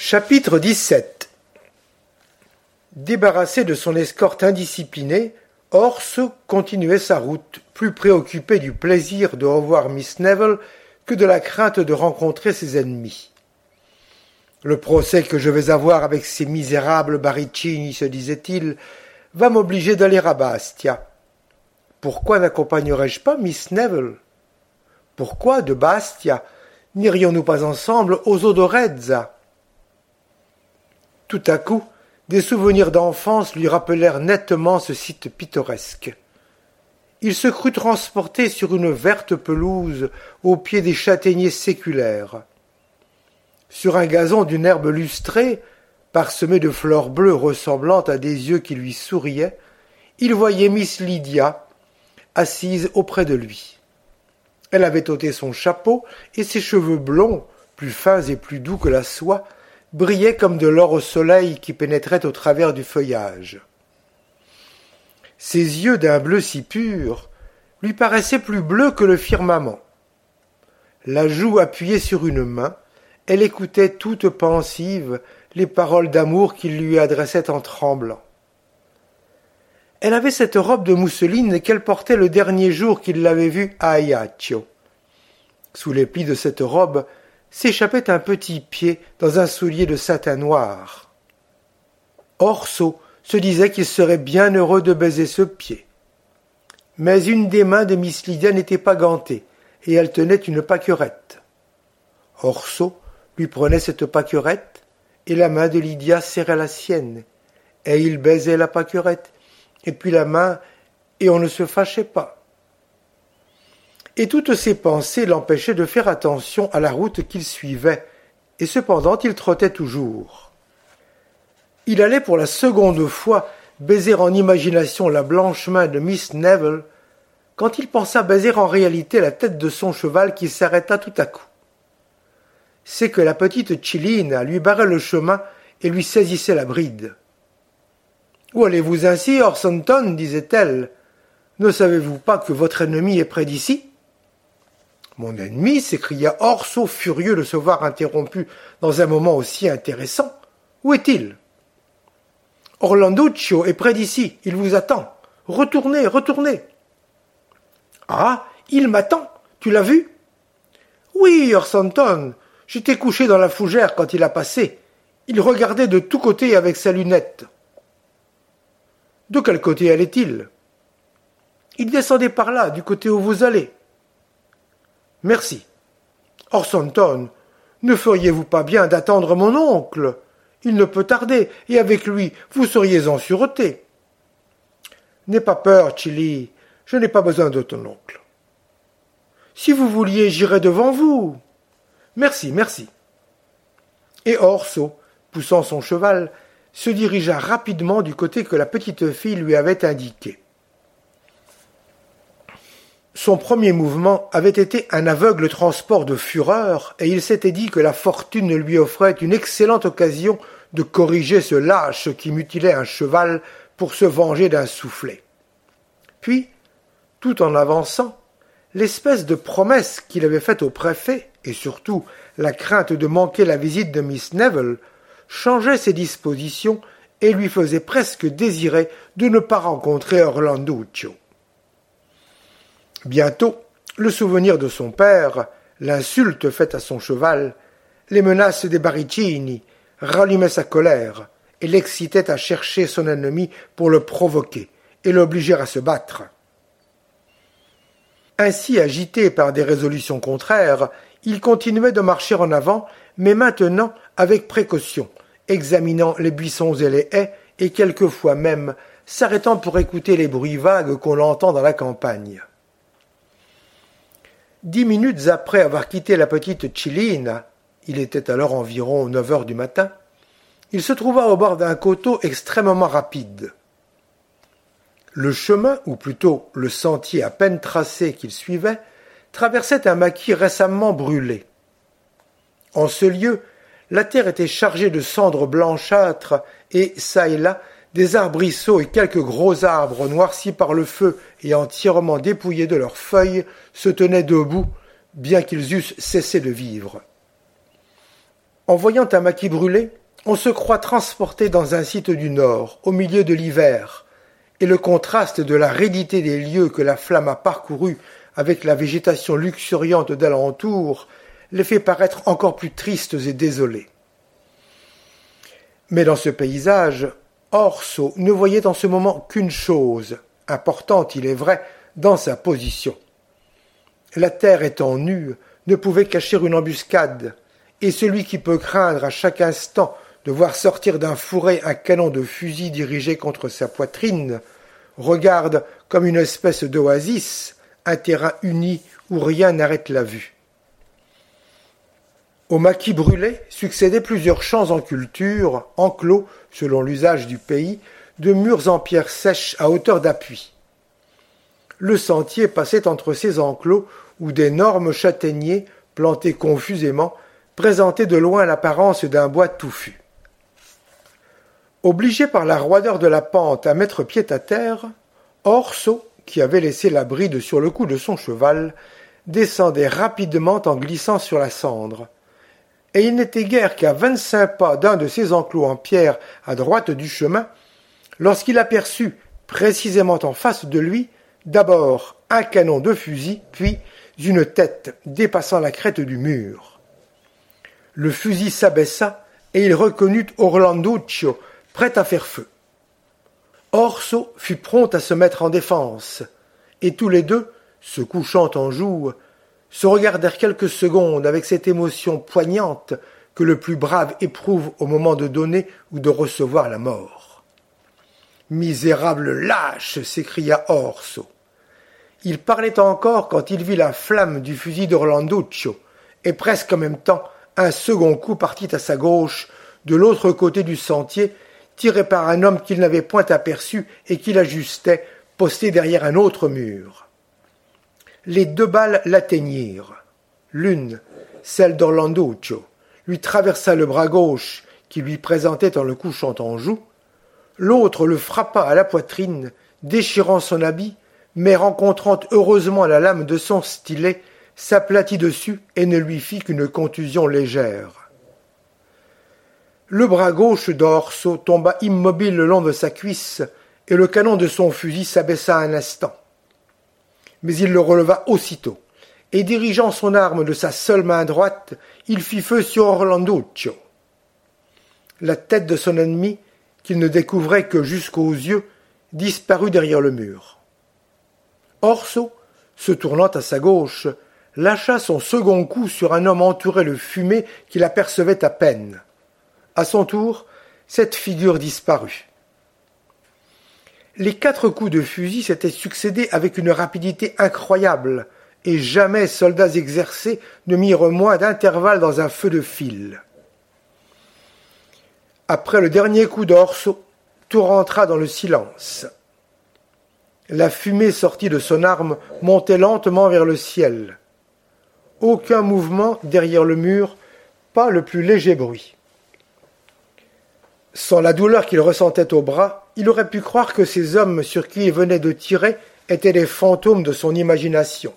Chapitre 17. Débarrassé de son escorte indisciplinée, Orso continuait sa route, plus préoccupé du plaisir de revoir Miss Neville que de la crainte de rencontrer ses ennemis. Le procès que je vais avoir avec ces misérables Baricini, se disait-il, va m'obliger d'aller à Bastia. Pourquoi n'accompagnerais-je pas Miss Neville? Pourquoi, de Bastia, n'irions-nous pas ensemble aux eaux d'Orezza? Tout à coup, des souvenirs d'enfance lui rappelèrent nettement ce site pittoresque. Il se crut transporté sur une verte pelouse au pied des châtaigniers séculaires. Sur un gazon d'une herbe lustrée, parsemé de fleurs bleues ressemblant à des yeux qui lui souriaient, il voyait Miss Lydia, assise auprès de lui. Elle avait ôté son chapeau et ses cheveux blonds, plus fins et plus doux que la soie, brillaient comme de l'or au soleil qui pénétrait au travers du feuillage. Ses yeux d'un bleu si pur lui paraissaient plus bleus que le firmament. La joue appuyée sur une main, elle écoutait toute pensive les paroles d'amour qu'il lui adressait en tremblant. Elle avait cette robe de mousseline qu'elle portait le dernier jour qu'il l'avait vue à Ajaccio. Sous les plis de cette robe s'échappait un petit pied dans un soulier de satin noir. Orso se disait qu'il serait bien heureux de baiser ce pied. Mais une des mains de Miss Lydia n'était pas gantée, et elle tenait une pâquerette. Orso lui prenait cette pâquerette, et la main de Lydia serrait la sienne, et il baisait la pâquerette, et puis la main, et on ne se fâchait pas. Et toutes ces pensées l'empêchaient de faire attention à la route qu'il suivait, et cependant il trottait toujours. Il allait pour la seconde fois baiser en imagination la blanche main de Miss Neville, quand il pensa baiser en réalité la tête de son cheval qui s'arrêta tout à coup. C'est que la petite Cillina lui barrait le chemin et lui saisissait la bride. « Où allez-vous ainsi, Orsonton ?» disait-elle. « Ne savez-vous pas que votre ennemi est près d'ici ?» Mon ennemi, s'écria Orso, furieux de se voir interrompu dans un moment aussi intéressant. Où est-il? Orlanduccio est près d'ici, il vous attend. Retournez, retournez. Ah, il m'attend, tu l'as vu? Oui, Orsonton, j'étais couché dans la fougère quand il a passé. Il regardait de tous côtés avec sa lunette. De quel côté allait-il? Il descendait par là, du côté où vous allez. Merci. Orsonton, ne feriez-vous pas bien d'attendre mon oncle? Il ne peut tarder, et avec lui, vous seriez en sûreté. N'aie pas peur, Chili, je n'ai pas besoin de ton oncle. Si vous vouliez, j'irais devant vous. Merci, merci. Et Orso, poussant son cheval, se dirigea rapidement du côté que la petite fille lui avait indiqué. Son premier mouvement avait été un aveugle transport de fureur, et il s'était dit que la fortune lui offrait une excellente occasion de corriger ce lâche qui mutilait un cheval pour se venger d'un soufflet. Puis, tout en avançant, l'espèce de promesse qu'il avait faite au préfet, et surtout la crainte de manquer la visite de Miss Neville, changeait ses dispositions et lui faisait presque désirer de ne pas rencontrer Orlanduccio. Bientôt, le souvenir de son père, l'insulte faite à son cheval, les menaces des Baricini rallumaient sa colère et l'excitaient à chercher son ennemi pour le provoquer et l'obliger à se battre. Ainsi agité par des résolutions contraires, il continuait de marcher en avant, mais maintenant avec précaution, examinant les buissons et les haies et quelquefois même s'arrêtant pour écouter les bruits vagues qu'on entend dans la campagne. 10 minutes après avoir quitté la petite Cillina, il était alors environ 9 heures du matin, il se trouva au bord d'un coteau extrêmement rapide. Le chemin, ou plutôt le sentier à peine tracé qu'il suivait, traversait un maquis récemment brûlé. En ce lieu, la terre était chargée de cendres blanchâtres et, çà et là, des arbrisseaux et quelques gros arbres noircis par le feu et entièrement dépouillés de leurs feuilles se tenaient debout, bien qu'ils eussent cessé de vivre. En voyant un maquis brûlé, On se croit transporté dans un site du Nord, au milieu de l'hiver, et le contraste de la raidité des lieux que la flamme a parcourus avec la végétation luxuriante d'alentour les fait paraître encore plus tristes et désolés. Mais dans ce paysage, Orso ne voyait en ce moment qu'une chose, importante il est vrai, dans sa position. La terre étant nue, ne pouvait cacher une embuscade, et celui qui peut craindre à chaque instant de voir sortir d'un fourré un canon de fusil dirigé contre sa poitrine, regarde comme une espèce d'oasis, un terrain uni où rien n'arrête la vue. Au maquis brûlé succédaient plusieurs champs en culture, enclos, selon l'usage du pays, de murs en pierre sèche à hauteur d'appui. Le sentier passait entre ces enclos où d'énormes châtaigniers, plantés confusément, présentaient de loin l'apparence d'un bois touffu. Obligé par la roideur de la pente à mettre pied à terre, Orso, qui avait laissé la bride sur le cou de son cheval, descendait rapidement en glissant sur la cendre. Et il n'était guère qu'à 25 pas d'un de ces enclos en pierre à droite du chemin, lorsqu'il aperçut, précisément en face de lui, d'abord un canon de fusil, puis une tête dépassant la crête du mur. Le fusil s'abaissa et il reconnut Orlanduccio, prêt à faire feu. Orso fut prompt à se mettre en défense, et tous les deux, se couchant en joue, se regardèrent quelques secondes avec cette émotion poignante que le plus brave éprouve au moment de donner ou de recevoir la mort. « Misérable lâche !» s'écria Orso. Il parlait encore quand il vit la flamme du fusil d'Orlanduccio, et presque en même temps, un second coup partit à sa gauche, de l'autre côté du sentier, tiré par un homme qu'il n'avait point aperçu et qu'il ajustait, posté derrière un autre mur. Les 2 balles l'atteignirent. L'une, celle d'Orlanduccio, lui traversa le bras gauche qui lui présentait en le couchant en joue. L'autre le frappa à la poitrine, déchirant son habit, mais rencontrant heureusement la lame de son stylet, s'aplatit dessus et ne lui fit qu'une contusion légère. Le bras gauche d'Orso tomba immobile le long de sa cuisse et le canon de son fusil s'abaissa un instant. Mais il le releva aussitôt, et dirigeant son arme de sa seule main droite, il fit feu sur Orlanduccio. La tête de son ennemi, qu'il ne découvrait que jusqu'aux yeux, disparut derrière le mur. Orso, se tournant à sa gauche, lâcha son second coup sur un homme entouré de fumée qu'il apercevait à peine. À son tour, cette figure disparut. Les 4 coups de fusil s'étaient succédés avec une rapidité incroyable, et jamais soldats exercés ne mirent moins d'intervalle dans un feu de fil. Après le dernier coup d'Orso, tout rentra dans le silence. La fumée sortie de son arme montait lentement vers le ciel. Aucun mouvement derrière le mur, pas le plus léger bruit. Sans la douleur qu'il ressentait au bras, il aurait pu croire que ces hommes sur qui il venait de tirer étaient les fantômes de son imagination.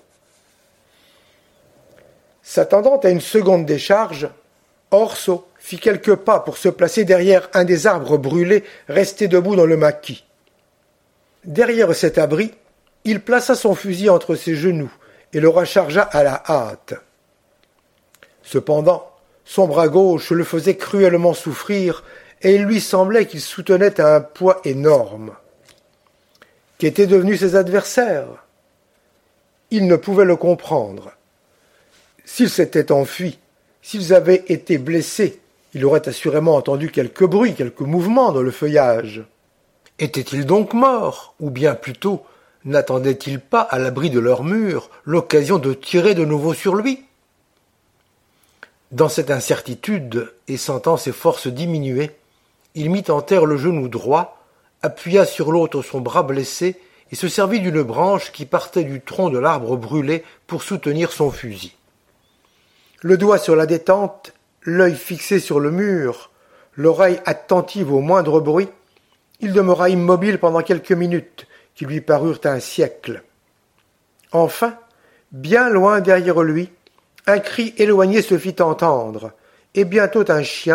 S'attendant à une seconde décharge, Orso fit quelques pas pour se placer derrière un des arbres brûlés restés debout dans le maquis. Derrière cet abri, il plaça son fusil entre ses genoux et le rechargea à la hâte. Cependant, son bras gauche le faisait cruellement souffrir et il lui semblait qu'il soutenait un poids énorme. Qu'étaient devenus ses adversaires? Il ne pouvait le comprendre. S'ils s'étaient enfuis, s'ils avaient été blessés, il aurait assurément entendu quelques bruits, quelques mouvements dans le feuillage. Étaient-ils donc morts, ou bien plutôt n'attendaient-ils pas, à l'abri de leurs murs, l'occasion de tirer de nouveau sur lui? Dans cette incertitude, et sentant ses forces diminuer, il mit en terre le genou droit, appuya sur l'autre son bras blessé et se servit d'une branche qui partait du tronc de l'arbre brûlé pour soutenir son fusil. Le doigt sur la détente, l'œil fixé sur le mur, l'oreille attentive au moindre bruit, il demeura immobile pendant quelques minutes, qui lui parurent un siècle. Enfin, bien loin derrière lui, un cri éloigné se fit entendre, et bientôt un chien,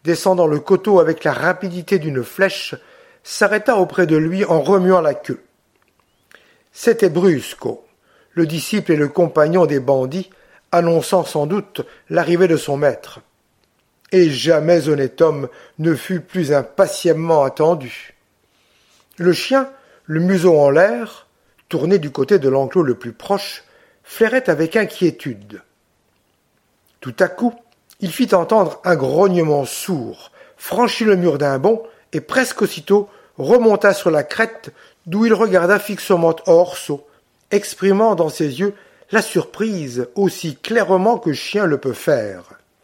descendant le coteau avec la rapidité d'une flèche, s'arrêta auprès de lui en remuant la queue. C'était Brusco, le disciple et le compagnon des bandits, annonçant sans doute l'arrivée de son maître. Et jamais honnête homme ne fut plus impatiemment attendu. Le chien, le museau en l'air, tourné du côté de l'enclos le plus proche, flairait avec inquiétude. Tout à coup, il fit entendre un grognement sourd, franchit le mur d'un bond et presque aussitôt remonta sur la crête d'où il regarda fixement Orso, exprimant dans ses yeux la surprise aussi clairement que chien le peut faire.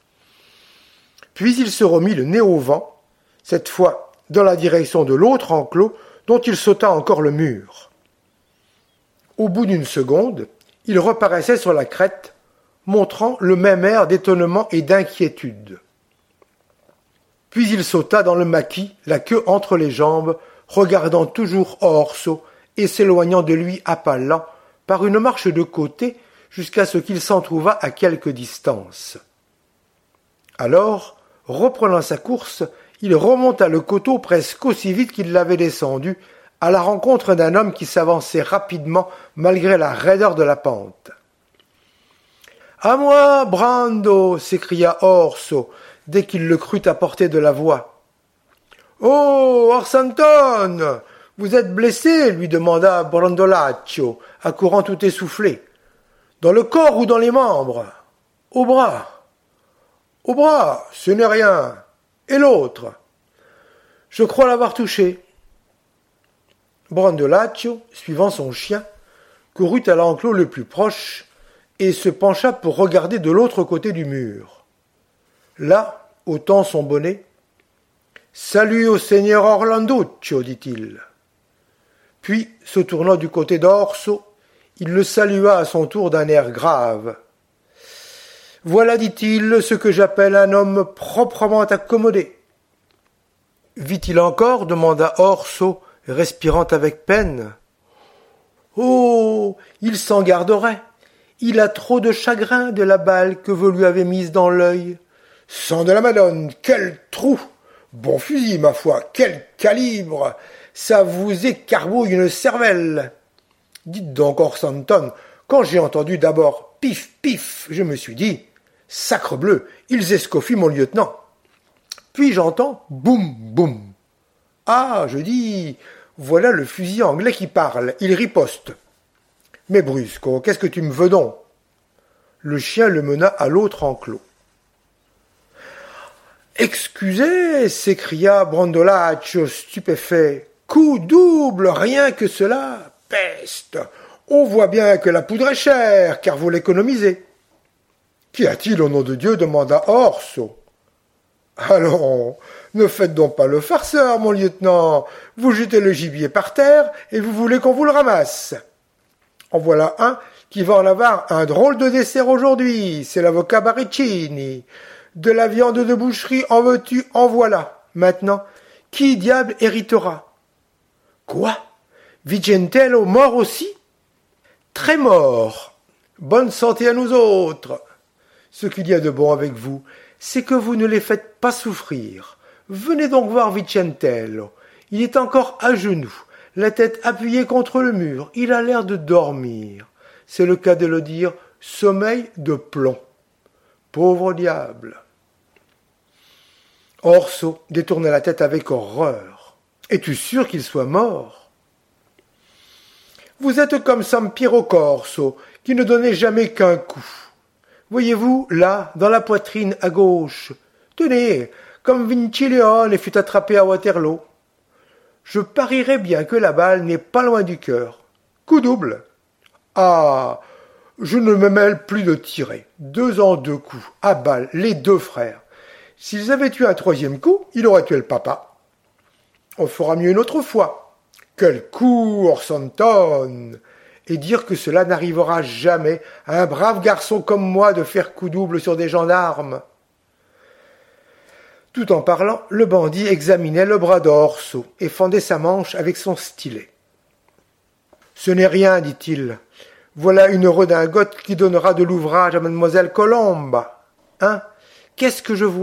Puis il se remit le nez au vent, cette fois dans la direction de l'autre enclos dont il sauta encore le mur. Au bout d'une seconde, il reparaissait sur la crête, montrant le même air d'étonnement et d'inquiétude. Puis il sauta dans le maquis, la queue entre les jambes, regardant toujours Orso et s'éloignant de lui à pas lents, par une marche de côté, jusqu'à ce qu'il s'en trouvât à quelque distance. Alors, reprenant sa course, il remonta le coteau presque aussi vite qu'il l'avait descendu, à la rencontre d'un homme qui s'avançait rapidement malgré la raideur de la pente. « À moi, Brando !» s'écria Orso, dès qu'il le crut à portée de la voix. « Oh, Orsanton, vous êtes blessé ?» lui demanda Brandolaccio, accourant tout essoufflé. « Dans le corps ou dans les membres ?»« Au bras. »« Au bras, ce n'est rien. Et l'autre ?»« Je crois l'avoir touché. » Brandolaccio, suivant son chien, courut à l'enclos le plus proche et se pencha pour regarder de l'autre côté du mur. Là, ôtant son bonnet, « Salut au seigneur Orlanduccio, dit-il. » Puis, se tournant du côté d'Orso, il le salua à son tour d'un air grave. « Voilà, dit-il, ce que j'appelle un homme proprement accommodé. » Vit-il encore demanda Orso, respirant avec peine. « Oh, il s'en garderait. Il a trop de chagrin de la balle que vous lui avez mise dans l'œil. Sang de la Madone, quel trou! Bon fusil, ma foi, quel calibre! Ça vous écarbouille une cervelle! Dites donc, Orsanton, quand j'ai entendu d'abord pif, pif, je me suis dit, sacrebleu, ils escoffient mon lieutenant. Puis j'entends boum, boum. Ah, je dis, voilà le fusil anglais qui parle, il riposte. Mais Brusco, qu'est-ce que tu me veux donc? Le chien le mena à l'autre enclos. Excusez, s'écria Brandolaccio stupéfait. Coup double, rien que cela. Peste! On voit bien que la poudre est chère, car vous l'économisez. Qu'y a-t-il au nom de Dieu? Demanda Orso. Allons, ne faites donc pas le farceur, mon lieutenant. Vous jetez le gibier par terre et vous voulez qu'on vous le ramasse. En voilà un qui va en avoir un drôle de dessert aujourd'hui. C'est l'avocat Baricini. De la viande de boucherie en veux-tu, en voilà. Maintenant, qui diable héritera? Quoi? Vicentello mort aussi? Très mort. Bonne santé à nous autres. Ce qu'il y a de bon avec vous, c'est que vous ne les faites pas souffrir. Venez donc voir Vicentello. Il est encore à genoux, la tête appuyée contre le mur. Il a l'air de dormir. C'est le cas de le dire, sommeil de plomb. Pauvre diable. Orso détourna la tête avec horreur. Es-tu sûr qu'il soit mort? Vous êtes comme Sampiero Corso, qui ne donnait jamais qu'un coup. Voyez-vous, là, dans la poitrine à gauche. Tenez, comme Vincileone fut attrapé à Waterloo. Je parierais bien que la balle n'est pas loin du cœur. Coup double. Ah, je ne me mêle plus de tirer. 2 en 2 coups, à balle, les 2 frères. S'ils avaient eu un 3e coup, il aurait tué le papa. On fera mieux une autre fois. Quel coup, Orsanton! Et dire que cela n'arrivera jamais à un brave garçon comme moi de faire coup double sur des gendarmes. Tout en parlant, le bandit examinait le bras d'Orso et fendait sa manche avec son stylet. « Ce n'est rien, dit-il. Voilà une redingote qui donnera de l'ouvrage à mademoiselle Colomba. Hein? Qu'est-ce que je vois?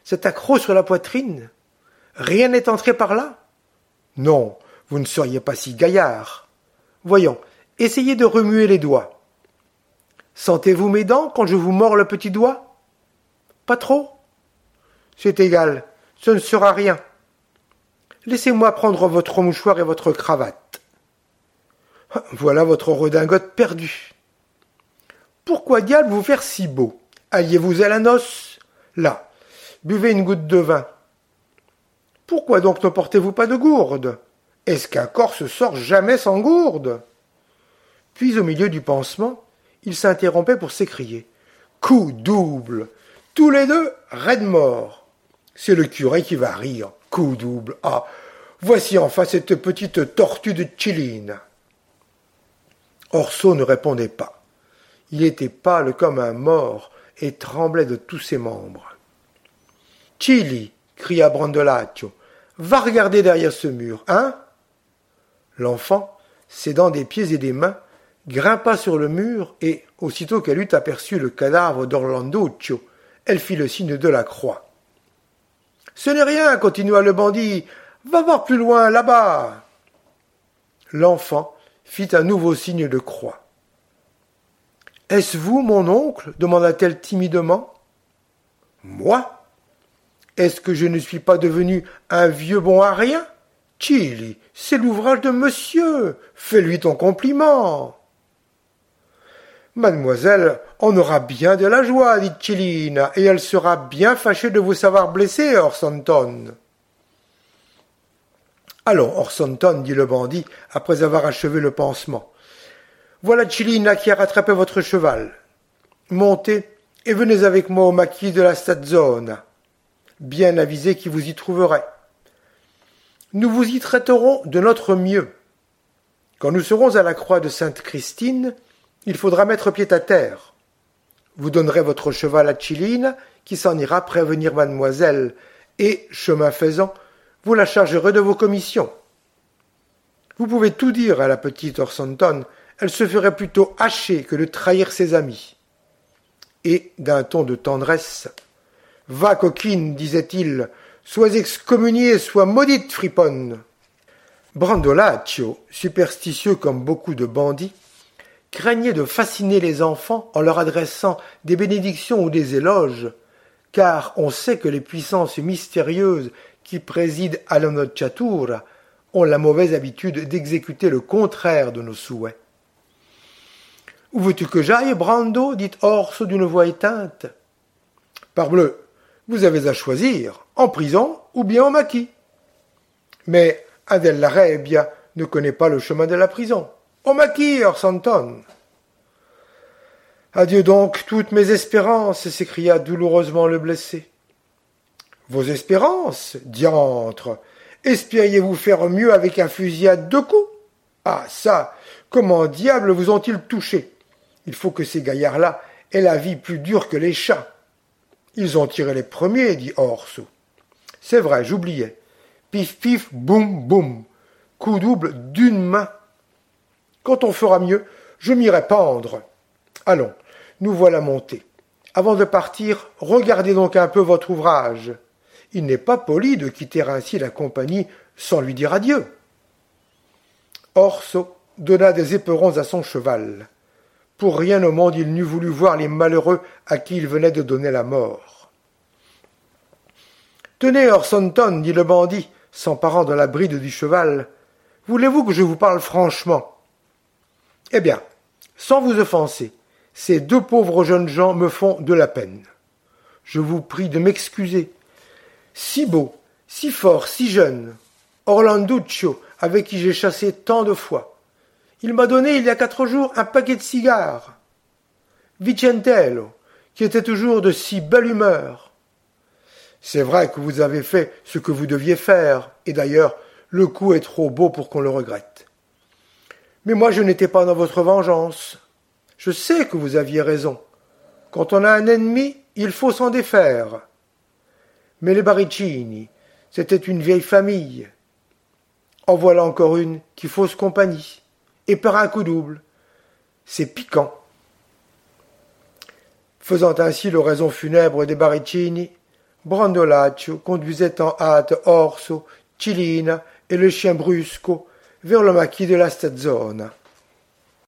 Cet accroc sur la poitrine? Rien n'est entré par là? Non, vous ne seriez pas si gaillard. Voyons, essayez de remuer les doigts. Sentez-vous mes dents quand je vous mords le petit doigt? Pas trop? C'est égal, ce ne sera rien. Laissez-moi prendre votre mouchoir et votre cravate. Voilà votre redingote perdue. Pourquoi diable vous faire si beau? Alliez-vous à la noce? Là, buvez une goutte de vin. Pourquoi donc ne portez-vous pas de gourde? Est-ce qu'un corps se sort jamais sans gourde? Puis au milieu du pansement, il s'interrompait pour s'écrier. Coup double! Tous les deux, raides morts! C'est le curé qui va rire. Coup double! Ah! Voici enfin cette petite tortue de Chiline. Orso ne répondait pas. Il était pâle comme un mort et tremblait de tous ses membres. Chili, cria Brandolaccio, va regarder derrière ce mur, hein? L'enfant, s'aidant des pieds et des mains, grimpa sur le mur et, aussitôt qu'elle eut aperçu le cadavre d'Orlanduccio, elle fit le signe de la croix. Ce n'est rien, continua le bandit. Va voir plus loin, là-bas. L'enfant fit un nouveau signe de croix. Est-ce vous, mon oncle? Demanda-t-elle timidement. Moi? Est-ce que je ne suis pas devenu un vieux bon à rien? Chili, c'est l'ouvrage de monsieur. Fais-lui ton compliment. Mademoiselle en aura bien de la joie, dit Chilina, et elle sera bien fâchée de vous savoir blessé, Orsonton. Allons, Orsonton, dit le bandit, après avoir achevé le pansement. Voilà Chilina qui a rattrapé votre cheval. Montez et venez avec moi au maquis de la Stadzona. Bien avisé qui vous y trouverait. Nous vous y traiterons de notre mieux. Quand nous serons à la croix de Sainte-Christine, il faudra mettre pied à terre. Vous donnerez votre cheval à Chilina, qui s'en ira prévenir mademoiselle, et, chemin faisant, vous la chargerez de vos commissions. Vous pouvez tout dire à la petite Orsonton, elle se ferait plutôt hacher que de trahir ses amis. Et, d'un ton de tendresse, « Va, coquine, disait-il, sois excommuniée, sois maudite, friponne !» Brandolaccio, superstitieux comme beaucoup de bandits, craignait de fasciner les enfants en leur adressant des bénédictions ou des éloges, car on sait que les puissances mystérieuses qui président à la nocciatura ont la mauvaise habitude d'exécuter le contraire de nos souhaits. « Où veux-tu que j'aille, Brando ?» dit Orso d'une voix éteinte. « Parbleu, vous avez à choisir, en prison ou bien au maquis. Mais Adèle la Rebbia ne connaît pas le chemin de la prison. Au maquis, Orsonton. » Adieu donc toutes mes espérances, s'écria douloureusement le blessé. Vos espérances, diantre, espériez-vous faire mieux avec un fusil à 2 coups? Ah ça, comment diable vous ont-ils touché? Il faut que ces gaillards-là aient la vie plus dure que les chats. Ils ont tiré les premiers, dit Orso. C'est vrai, j'oubliais. Pif pif, boum boum, coup double d'une main. Quand on fera mieux, je m'irai pendre. Allons, nous voilà montés. Avant de partir, regardez donc un peu votre ouvrage. Il n'est pas poli de quitter ainsi la compagnie sans lui dire adieu. Orso donna des éperons à son cheval. Pour rien au monde il n'eût voulu voir les malheureux à qui il venait de donner la mort. « Tenez, Orsonton, dit le bandit, s'emparant de la bride du cheval, voulez-vous que je vous parle franchement? Eh bien, sans vous offenser, ces 2 pauvres jeunes gens me font de la peine. Je vous prie de m'excuser. Si beau, si fort, si jeune, Orlanduccio, avec qui j'ai chassé tant de fois. Il m'a donné, il y a 4 jours, un paquet de cigares. Vicentello, qui était toujours de si belle humeur. C'est vrai que vous avez fait ce que vous deviez faire, et d'ailleurs, le coup est trop beau pour qu'on le regrette. Mais moi, je n'étais pas dans votre vengeance. Je sais que vous aviez raison. Quand on a un ennemi, il faut s'en défaire. Mais les Baricini, c'était une vieille famille. En voilà encore une qui fausse compagnie. Et par un coup double. C'est piquant. Faisant ainsi l'oraison funèbre des Baricini, Brandolaccio conduisait en hâte Orso, Cilina et le chien Brusco vers le maquis de la Stazzona.